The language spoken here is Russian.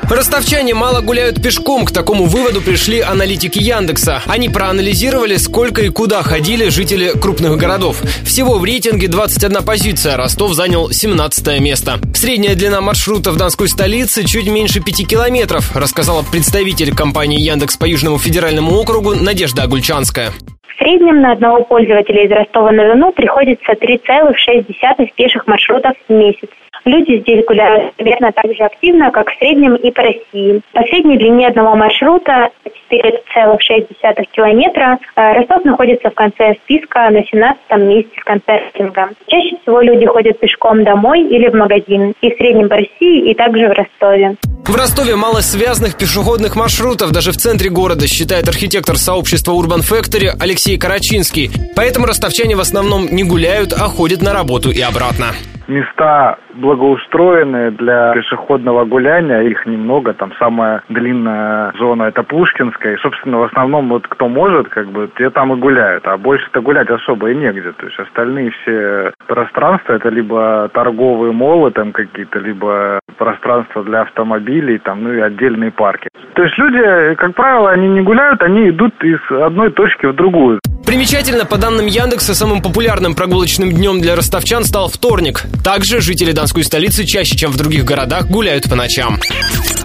Ростовчане мало гуляют пешком. К такому выводу пришли аналитики Яндекса. Они проанализировали, сколько и куда ходили жители крупных городов. Всего в рейтинге 21 позиция. Ростов занял 17 место. Средняя длина маршрута в Донской столице чуть меньше 5 километров, рассказала представитель компании Яндекс по Южному федеральному округу Надежда Огульчанская. В среднем на одного пользователя из Ростова-на-Дону приходится 3,6 пеших маршрутов в месяц. Люди здесь гуляют примерно так же активно, как в среднем и по России. По средней длине одного маршрута 4,6 километра. Ростов находится в конце списка на 17 месте в конце рейтинга. Чаще всего люди ходят пешком домой или в магазин. И в среднем по России, и также в Ростове. В Ростове мало связанных пешеходных маршрутов даже в центре города, считает архитектор сообщества Urban Factory Алексей Карачинский. Поэтому ростовчане в основном не гуляют, а ходят на работу и обратно. Места благоустроенные для пешеходного гуляния, их немного, там самая длинная зона это Пушкинская, и, собственно, в основном вот кто может, те там и гуляют, а больше-то гулять особо и негде, то есть остальные все пространства это либо торговые моллы там какие-то, либо пространства для автомобилей, и отдельные парки. То есть люди, как правило, они не гуляют, они идут из одной точки в другую. Примечательно, по данным Яндекса, самым популярным прогулочным днем для ростовчан стал вторник. Также жители Донской столицы чаще, чем в других городах, гуляют по ночам.